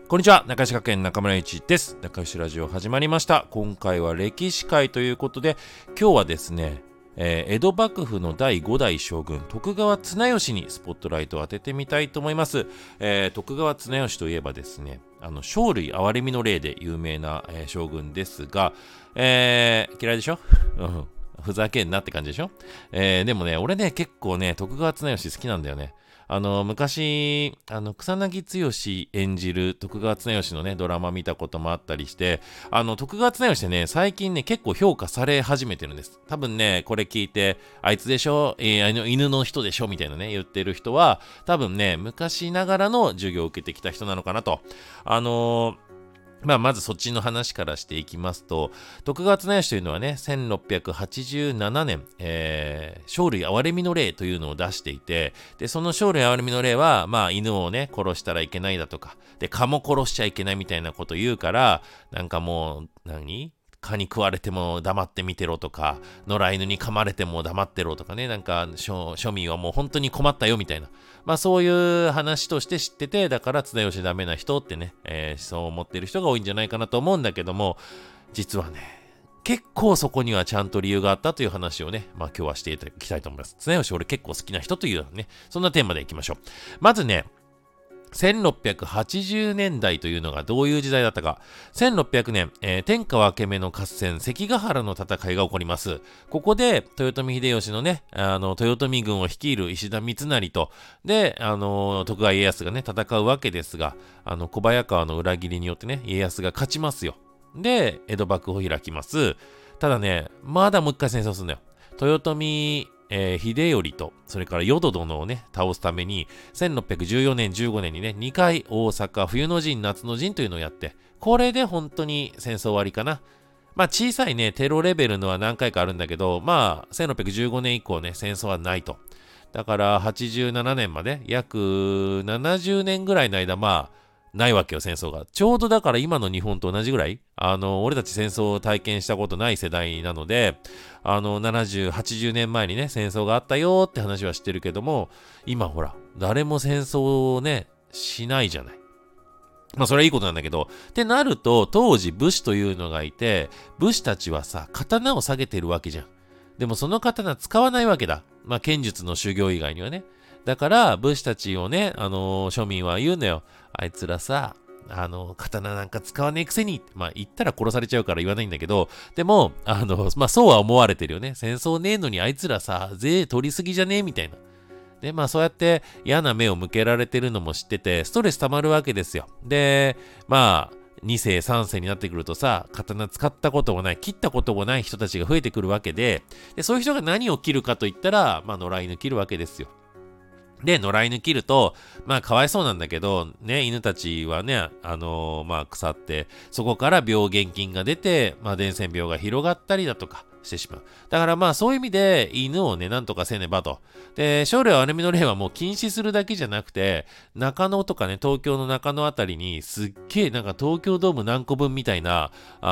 こんにちは、中吉学園中村一です。中吉ラジオ始まりました。今回は歴史会ということで、今日はですね、江戸幕府の第5代将軍徳川綱吉にスポットライトを当ててみたいと思います。徳川綱吉といえばですね、生類憐れみの令で有名な、将軍ですが、嫌いでしょふざけんなって感じでしょ。でもね、俺ね、結構ね、徳川綱吉好きなんだよね。昔、草薙剛演じる徳川綱吉のね、ドラマ見たこともあったりして、徳川綱吉ってね、最近ね、結構評価され始めてるんです。多分ね、これ聞いて、あいつでしょ、犬の人でしょみたいなね、言ってる人は、多分ね、昔ながらの授業を受けてきた人なのかなと。まずそっちの話からしていきますと、徳川綱吉というのはね、1687年、生類憐れみの令というのを出していて、で、その生類憐れみの令は、犬をね、殺したらいけないだとか、で、蚊も殺しちゃいけないみたいなこと言うから、なんかもう、蚊に食われても黙って見てろとか、野良犬に噛まれても黙ってろとかね、なんか庶民はもう本当に困ったよみたいな。そういう話として知ってて、だから綱吉ダメな人ってね、そう思ってる人が多いんじゃないかなと思うんだけども、実はね、結構そこにはちゃんと理由があったという話をね、今日はしていきたいと思います。綱吉俺結構好きな人というね、そんなテーマでいきましょう。まずね、1680年代というのがどういう時代だったか。1600年、天下分け目の合戦、関ヶ原の戦いが起こります。ここで、豊臣秀吉のね、豊臣軍を率いる石田三成と、で、徳川家康がね、戦うわけですが、小早川の裏切りによってね、家康が勝ちますよ。で、江戸幕府を開きます。ただね、まだもう一回戦争するんだよ。豊臣秀頼と、それから淀殿をね、倒すために、1614年、15年にね、2回大阪、冬の陣、夏の陣というのをやって、これで本当に戦争終わりかな。小さいね、テロレベルのは何回かあるんだけど、1615年以降ね、戦争はないと。だから、87年まで、約70年ぐらいの間、ないわけよ、戦争が。ちょうどだから今の日本と同じぐらい、俺たち戦争を体験したことない世代なので、70、80年前にね、戦争があったよって話はしてるけども、今ほら、誰も戦争をね、しないじゃない。それはいいことなんだけど、ってなると、当時武士というのがいて、武士たちはさ、刀を下げてるわけじゃん。でもその刀使わないわけだ。剣術の修行以外にはね。だから、武士たちをね、庶民は言うのよ。あいつらさ、刀なんか使わねえくせに。言ったら殺されちゃうから言わないんだけど、でも、そうは思われてるよね。戦争ねえのにあいつらさ、税取りすぎじゃねえみたいな。で、そうやって嫌な目を向けられてるのも知ってて、ストレス溜まるわけですよ。で、2世3世になってくるとさ、刀使ったこともない、切ったこともない人たちが増えてくるわけで、そういう人が何を切るかといったら、野良犬切るわけですよ。で、野良犬切ると、かわいそうなんだけど、ね、犬たちはね、腐って、そこから病原菌が出て、伝染病が広がったりだとかしてしまう。だからそういう意味で、犬をね、なんとかせねばと。で、生類憐れみの令はもう禁止するだけじゃなくて、中野とかね、東京の中野あたりに、すっげえ、なんか東京ドーム何個分みたいな、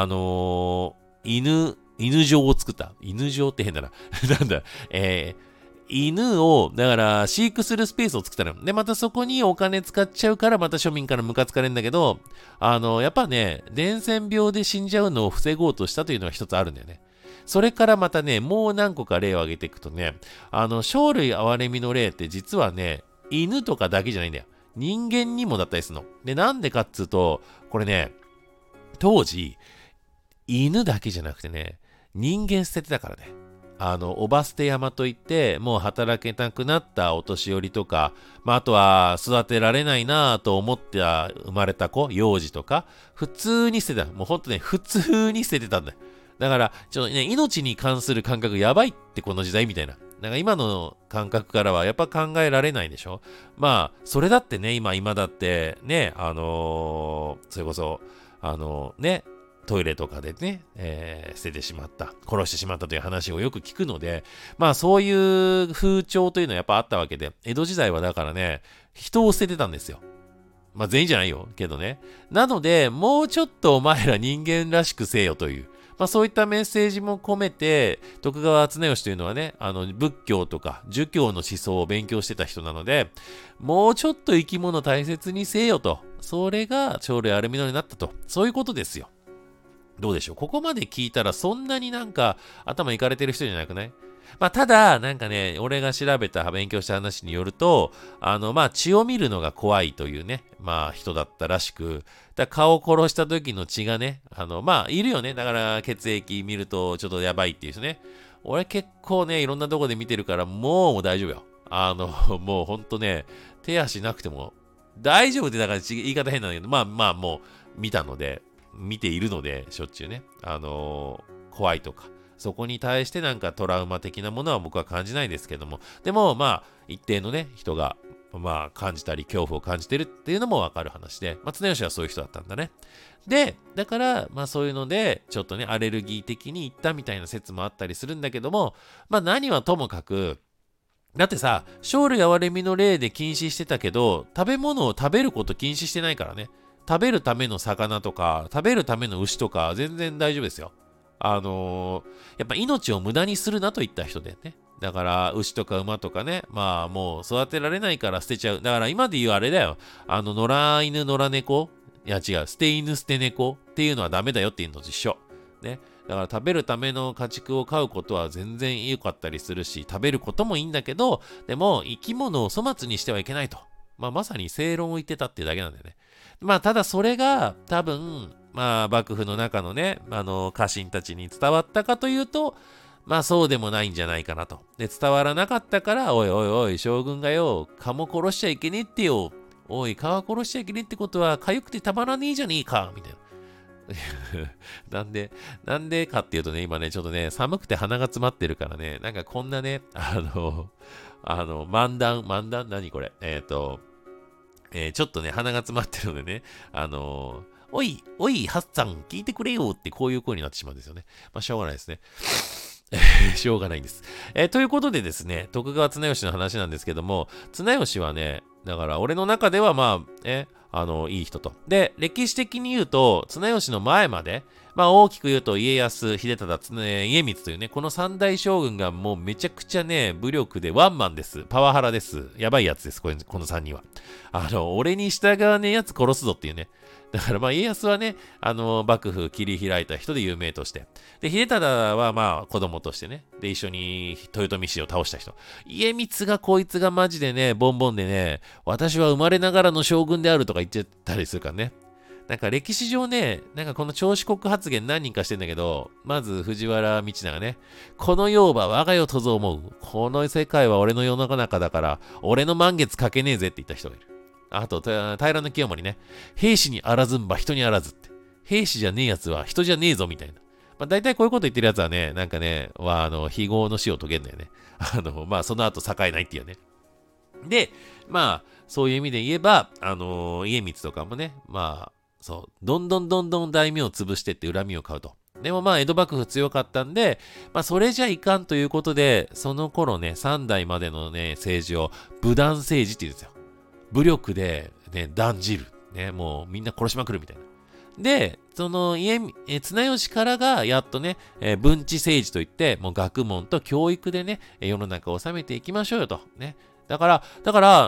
犬場を作った。犬場って変だな。なんだ、犬を、だから飼育するスペースを作ったの。で、またそこにお金使っちゃうから、また庶民からムカつかれるんだけど、やっぱね、伝染病で死んじゃうのを防ごうとしたというのが一つあるんだよね。それからまたね、もう何個か例を挙げていくとね、生類憐れみの例って実はね、犬とかだけじゃないんだよ。人間にもだったりするの。で、なんでかっつうと、これね、当時、犬だけじゃなくてね、人間捨ててたからね。おば捨て山といって、もう働けなくなったお年寄りとか、あとは育てられないなぁと思って生まれた子、幼児とか、普通に捨ててた。もうほんとね、普通に捨ててたんだよ。だから、ちょっとね、命に関する感覚やばいってこの時代みたいな。なんか今の感覚からはやっぱ考えられないでしょ。それだってね、今だってね、それこそ、トイレとかでね、捨ててしまった、殺してしまったという話をよく聞くので、そういう風潮というのはやっぱあったわけで、江戸時代はだからね、人を捨ててたんですよ。全員じゃないよ、けどね。なので、もうちょっとお前ら人間らしくせよという、そういったメッセージも込めて、徳川綱吉というのはね、仏教とか儒教の思想を勉強してた人なので、もうちょっと生き物大切にせよと、 それが鳥類アルミノになったと。そういうことですよ。どうでしょう。ここまで聞いたらそんなになんか頭いかれてる人じゃなくない？まあ、ただ、なんかね、俺が調べた、勉強した話によると、まあ、血を見るのが怖いというね、まあ、人だったらしく、顔を殺した時の血がね、まあ、いるよね。だから、血液見るとちょっとやばいっていう人ね。俺結構ね、いろんなとこで見てるから、もう大丈夫よ。もうほんとね、手足なくても、大丈夫ってだから言い方変なんだけど、まあまあ、もう、見ているので、しょっちゅうね。怖いとか。そこに対してなんかトラウマ的なものは僕は感じないですけども、でもまあ一定のね人がまあ感じたり恐怖を感じてるっていうのもわかる話で、まあ綱吉はそういう人だったんだね。で、だからまあそういうのでちょっとねアレルギー的に行ったみたいな説もあったりするんだけども、まあ何はともかくだってさ、生類憐れみの例で禁止してたけど、食べ物を食べること禁止してないからね。食べるための魚とか、食べるための牛とか、全然大丈夫ですよ。やっぱ命を無駄にするなと言った人でね。だから、牛とか馬とかね、まあもう育てられないから捨てちゃう。だから今で言うあれだよ。野良犬、野良猫。いや違う、捨て犬、捨て猫っていうのはダメだよっていうのと一緒。ね。だから食べるための家畜を飼うことは全然良かったりするし、食べることもいいんだけど、でも生き物を粗末にしてはいけないと。まあまさに正論を言ってたっていうだけなんだよね。まあただそれが多分、まあ幕府の中のね、家臣たちに伝わったかというと、まあそうでもないんじゃないかなと。で、伝わらなかったから、おいおいおい、将軍がよ、蚊も殺しちゃいけねえってよ。おい、蚊は殺しちゃいけねえってことは、痒くてたまらねえじゃねえか、みたいな。なんでかっていうとね、今ね、ちょっとね、寒くて鼻が詰まってるからね、なんかこんなね、漫談何これちょっとね、鼻が詰まってるのでね、おい、ハッサン、聞いてくれよってこういう声になってしまうんですよね。まあ、しょうがないですね。しょうがないんです。ということでですね、徳川綱吉の話なんですけども、綱吉はね、だから俺の中ではまあ、いい人と。で、歴史的に言うと、綱吉の前まで、まあ大きく言うと家康、秀忠、家光というね、この三大将軍がもうめちゃくちゃね、武力でワンマンです。パワハラです。やばいやつです、この三人は。俺に従わねえやつ殺すぞっていうね。だからまあ家康はね、幕府切り開いた人で有名として。で、秀忠はまあ子供としてね。で、一緒に豊臣氏を倒した人。家光がこいつがマジでね、ボンボンでね、私は生まれながらの将軍であるとか言ってたりするからね。なんか歴史上ね、なんかこの調子国発言何人かしてんだけど、まず藤原道長ね、この世は我が世とぞ思う。この世界は俺の世の中だから、俺の満月かけねえぜって言った人がいる。あと、平清盛ね、兵士にあらずんば人にあらずって。兵士じゃねえやつは人じゃねえぞみたいな。まあ大体こういうこと言ってるやつはね、なんかね、非業の死を遂げるんだよね。まあその後栄えないっていうね。で、まあ、そういう意味で言えば、家光とかもね、まあ、そう、どんどん大名を潰してって恨みを買うと。でもまあ、江戸幕府強かったんで、まあ、それじゃいかんということで、その頃ね、3代までのね、政治を武断政治って言うんですよ。武力で、ね、断じる。ね、もうみんな殺しまくるみたいな。で、その綱吉からがやっとね、文治政治といって、もう学問と教育でね、世の中を治めていきましょうよと。ね。だから、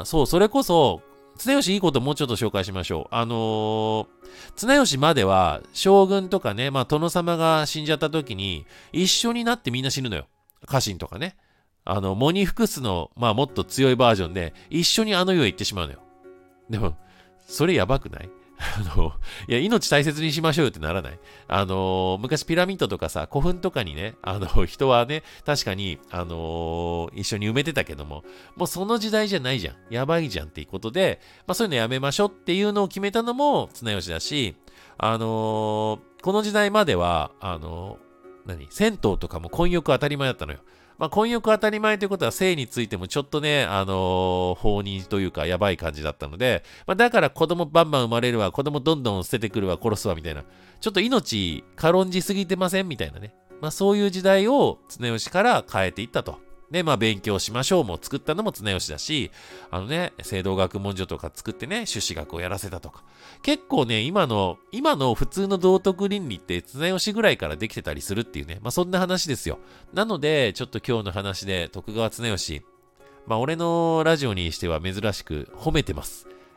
そう、それこそ、綱吉いいこともうちょっと紹介しましょう。綱吉までは、将軍とかね、まあ、殿様が死んじゃった時に、一緒になってみんな死ぬのよ。家臣とかね。モニフクスの、まあ、もっと強いバージョンで、一緒にあの世へ行ってしまうのよ。でも、それやばくない？いや、命大切にしましょうよってならない？昔ピラミッドとかさ、古墳とかにね、人はね、確かに、一緒に埋めてたけども、もうその時代じゃないじゃん。やばいじゃんっていうことで、まあそういうのやめましょうっていうのを決めたのも綱吉だし、この時代までは、銭湯とかも混浴当たり前だったのよ。まあ、混浴当たり前ということは性についてもちょっとね、法にというかやばい感じだったので、まあ、だから子供バンバン生まれるわ、子供どんどん捨ててくるわ、殺すわみたいな。ちょっと命軽んじすぎてませんみたいなね。まあそういう時代を綱吉から変えていったと。で、まあ勉強しましょうも作ったのも綱吉だし、聖堂学問所とか作ってね、朱子学をやらせたとか。結構ね、今の普通の道徳倫理って綱吉ぐらいからできてたりするっていうね、まあそんな話ですよ。なので、ちょっと今日の話で徳川綱吉、まあ俺のラジオにしては珍しく褒めてます。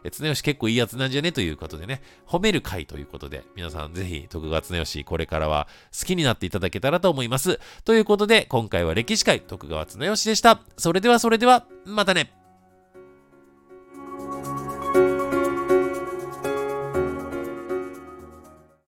綱吉結構いいやつなんじゃねということでね、褒める回ということで、皆さんぜひ徳川綱吉これからは好きになっていただけたらと思います。ということで、今回は歴史回徳川綱吉でした。それでは、またね。